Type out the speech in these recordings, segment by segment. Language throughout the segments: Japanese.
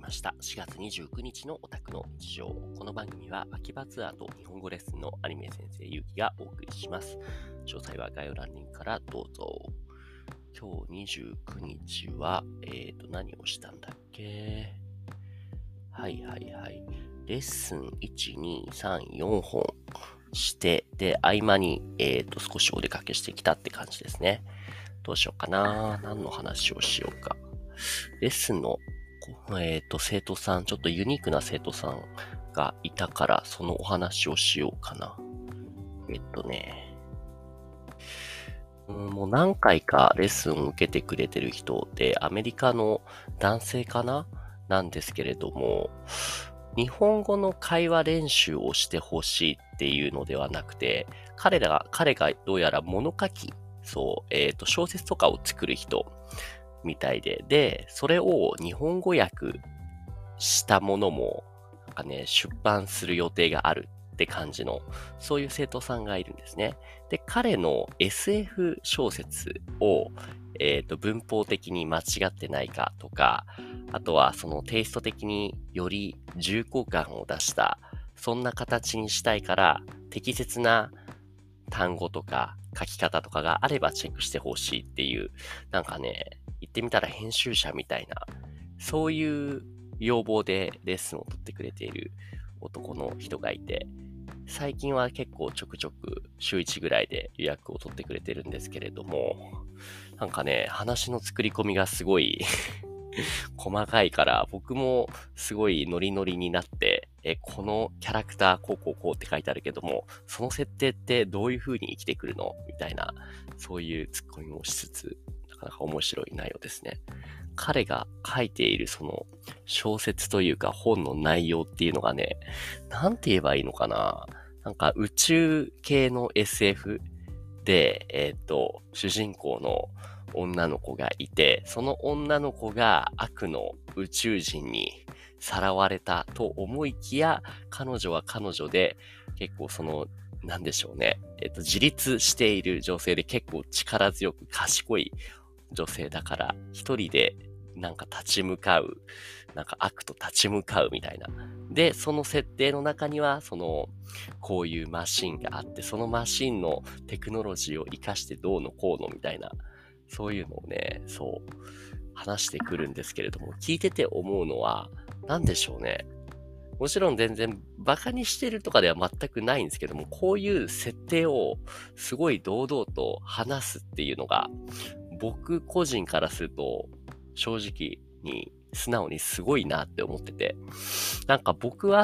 ました。4月29日のオタクの日常。この番組は秋葉ツアーと日本語レッスンのアニメ先生ゆうきがお送りします。詳細は概要欄からどうぞ。今日29日は、何をしたんだっけ？レッスン1、2、3、4本して、で、合間に、少しお出かけしてきたって感じですね。どうしようかな。何の話をしようか。レッスンの、生徒さん、ちょっとユニークな生徒さんがいたから、そのお話をしようかな。もう何回かレッスンを受けてくれてる人で、アメリカの男性かななんですけれども、日本語の会話練習をしてほしいっていうのではなくて、彼がどうやら物書き、小説とかを作る人みたいで、それを日本語訳したものも、出版する予定があるって感じの、そういう生徒さんがいるんですね。で、彼の SF 小説を、文法的に間違ってないかとか、あとはそのテイスト的により重厚感を出した、そんな形にしたいから、適切な単語とか書き方とかがあればチェックしてほしいっていう、言ってみたら編集者みたいな、そういう要望でレッスンを取ってくれている男の人がいて、最近は結構ちょくちょく週1ぐらいで予約を取ってくれてるんですけれども、話の作り込みがすごい細かいから、僕もすごいノリノリになって、このキャラクターこうって書いてあるけども、その設定ってどういう風に生きてくるのみたいな、そういうツッコミもしつつ、なかなか面白い内容ですね。彼が書いているその小説というか本の内容っていうのがね、なんて言えばいいのかな。宇宙系の SF で、主人公の女の子がいて、その女の子が悪の宇宙人にさらわれたと思いきや、彼女は彼女で、結構自立している女性で結構力強く賢い女性だから、一人で悪と立ち向かうみたいな。で、その設定の中には、こういうマシンがあって、そのマシンのテクノロジーを活かしてどうのこうのみたいな、そういうのをね、話してくるんですけれども、聞いてて思うのは、なんでしょうね。もちろん全然バカにしてるとかでは全くないんですけども、こういう設定をすごい堂々と話すっていうのが、僕個人からすると、正直に素直にすごいなって思ってて、僕は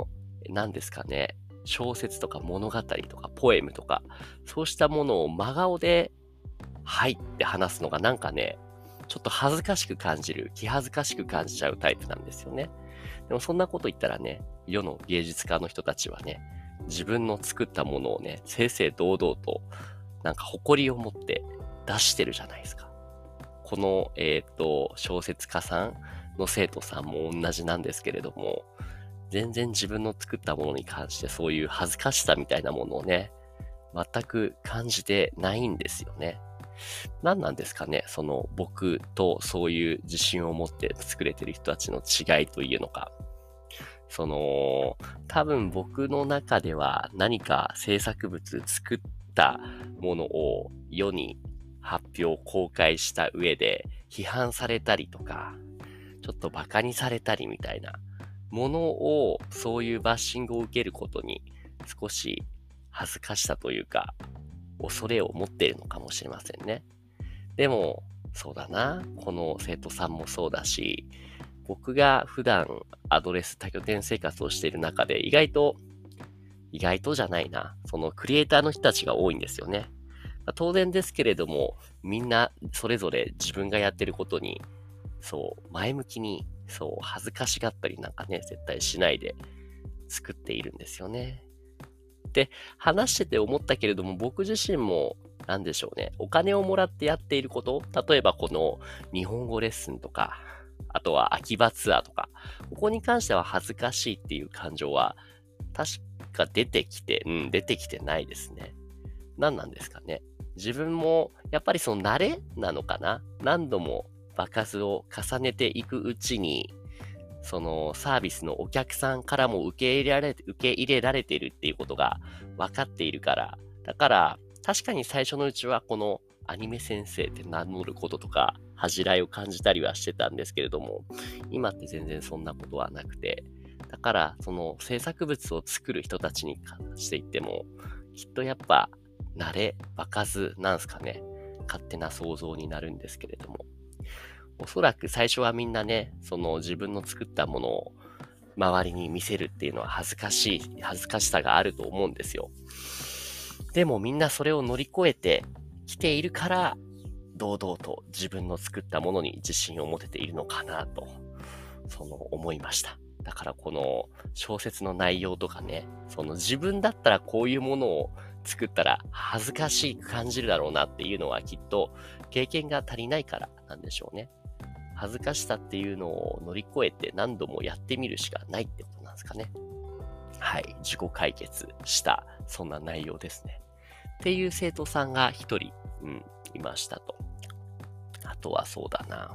小説とか物語とかポエムとか、そうしたものを真顔で、はいって話すのがちょっと恥ずかしく感じる、気恥ずかしく感じちゃうタイプなんですよね。でもそんなこと言ったらね、世の芸術家の人たちはね、自分の作ったものをね、正々堂々と、誇りを持って出してるじゃないですか。この、小説家さんの生徒さんも同じなんですけれども、全然自分の作ったものに関してそういう恥ずかしさみたいなものをね、全く感じてないんですよね。何なんですかね、僕とそういう自信を持って作れてる人たちの違いというのか。多分僕の中では何か制作物作ったものを世に発表、公開した上で批判されたりとか、ちょっとバカにされたりみたいなものを、そういうバッシングを受けることに少し恥ずかしさというか、恐れを持っているのかもしれませんね。でも、そうだな。この生徒さんもそうだし、僕が普段アドレス多拠点生活をしている中で意外とじゃないな。そのクリエイターの人たちが多いんですよね。当然ですけれども、みんなそれぞれ自分がやってることに、前向きに、恥ずかしがったり絶対しないで作っているんですよね。で、話してて思ったけれども、僕自身も、お金をもらってやっていること、例えばこの日本語レッスンとか、あとは秋葉ツアーとか、ここに関しては恥ずかしいっていう感情は、確か出てきてないですね。何なんですかね。自分も、やっぱり慣れなのかな。何度も場数を重ねていくうちに、 そのサービスのお客さんからも受け入れられているっていうことが分かっているから、だから確かに最初のうちはこのアニメ先生って名乗ることとか恥じらいを感じたりはしてたんですけれども、今って全然そんなことはなくて、だからその制作物を作る人たちに関して言っても、きっとやっぱ慣れ場数なんすかね、勝手な想像になるんですけれども、おそらく最初はみんなね、その自分の作ったものを周りに見せるっていうのは恥ずかしさがあると思うんですよ。でもみんなそれを乗り越えてきているから、堂々と自分の作ったものに自信を持てているのかなと、思いました。だからこの小説の内容とかね、自分だったらこういうものを作ったら恥ずかしく感じるだろうなっていうのはきっと経験が足りないからなんでしょうね。恥ずかしさっていうのを乗り越えて何度もやってみるしかないってことなんですかね。はい。自己解決した、そんな内容ですね。っていう生徒さんが一人、いましたと。あとはそうだな。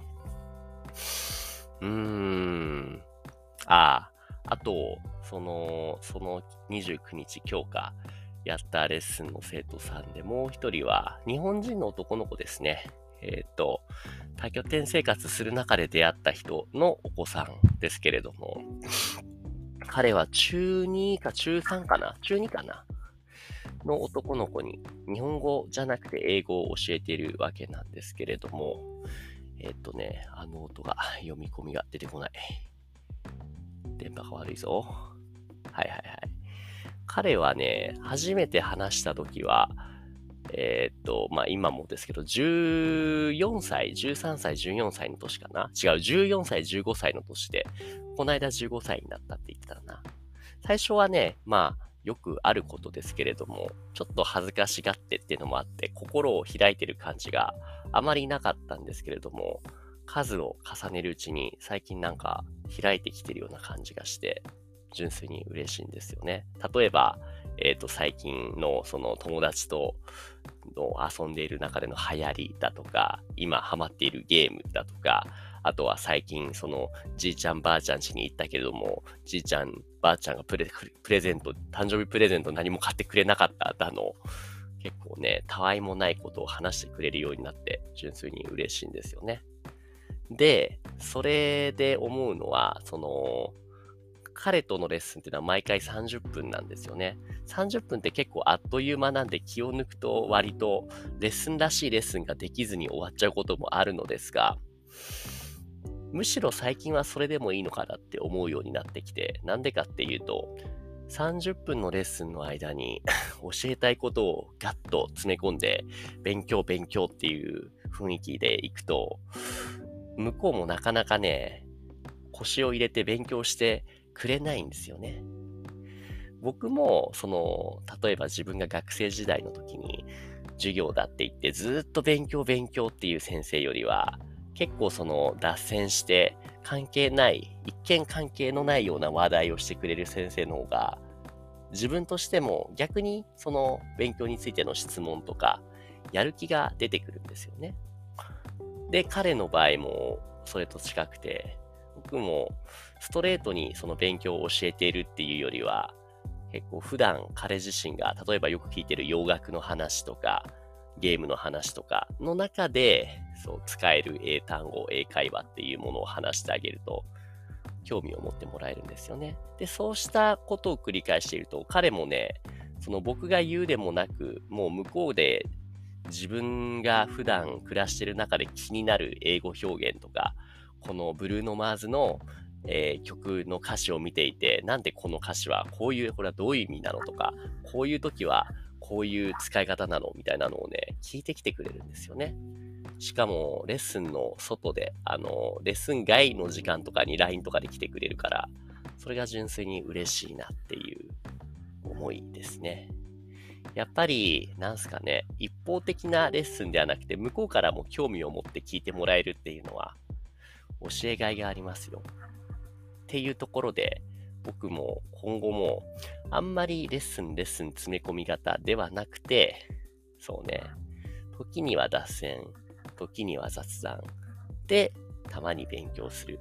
あと、29日今日かやったレッスンの生徒さんでもう一人は日本人の男の子ですね。多拠点生活する中で出会った人のお子さんですけれども、彼は中2か中3かな中2かなの男の子に日本語じゃなくて英語を教えているわけなんですけれども、あの音が読み込みが出てこない。電波が悪いぞ。はいはいはい。彼はね、初めて話した時は、今もですけど、14歳、13歳、14歳の年かな違う、14歳、15歳の年で、この間15歳になったって言ってたな。最初はね、よくあることですけれども、ちょっと恥ずかしがってっていうのもあって、心を開いてる感じがあまりなかったんですけれども、数を重ねるうちに最近なんか開いてきてるような感じがして、純粋に嬉しいんですよね。例えば、最近のその友達と遊んでいる中での流行りだとか、今ハマっているゲームだとか、あとは最近じいちゃんばあちゃん家に行ったけれども、じいちゃんばあちゃんが誕生日プレゼント何も買ってくれなかっただの、結構ね、たわいもないことを話してくれるようになって、純粋に嬉しいんですよね。で、それで思うのは、彼とのレッスンっていうのは毎回30分なんですよね。30分って結構あっという間なんで気を抜くと割とレッスンらしいレッスンができずに終わっちゃうこともあるのですが、むしろ最近はそれでもいいのかなって思うようになってきて、なんでかっていうと、30分のレッスンの間に教えたいことをガッと詰め込んで、勉強っていう雰囲気でいくと、向こうもなかなかね、腰を入れて勉強してくれないんですよね。僕も、例えば自分が学生時代の時に、授業だって言ってずっと勉強っていう先生よりは、結構脱線して一見関係のないような話題をしてくれる先生の方が、自分としても逆に勉強についての質問とか、やる気が出てくるんですよね。で、彼の場合もそれと近くて、僕もストレートに勉強を教えているっていうよりは、結構普段彼自身が例えばよく聞いてる洋楽の話とかゲームの話とかの中で使える英単語、英会話っていうものを話してあげると興味を持ってもらえるんですよね。で、そうしたことを繰り返していると彼もね、僕が言うでもなく、もう向こうで自分が普段暮らしている中で気になる英語表現とか、このブルーノ・マーズの曲の歌詞を見ていて、なんでこの歌詞はこれはどういう意味なのとか、こういう時はこういう使い方なのみたいなのをね、聞いてきてくれるんですよね。しかも、レッスンの外で、レッスン外の時間とかに LINE とかで来てくれるから、それが純粋に嬉しいなっていう思いですね。やっぱり、なんすかね、一方的なレッスンではなくて、向こうからも興味を持って聞いてもらえるっていうのは、教えがいがありますよ。っていうところで、僕も今後もあんまりレッスン詰め込み型ではなくて、そうね、時には脱線、時には雑談でたまに勉強する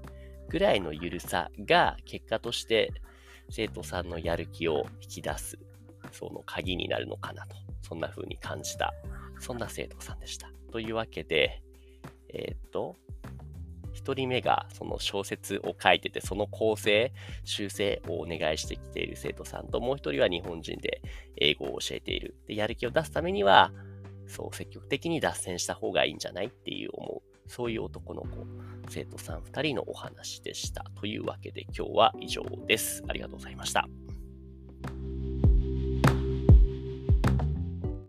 ぐらいの緩さが結果として生徒さんのやる気を引き出す、その鍵になるのかなと、そんな風に感じた、そんな生徒さんでした。というわけで、一人目がその小説を書いてて、その構成、修正をお願いしてきている生徒さんと、もう一人は日本人で英語を教えている。で、やる気を出すためには、そう積極的に脱線した方がいいんじゃないっていう思う。そういう男の子、生徒さん2人のお話でした。というわけで今日は以上です。ありがとうございました。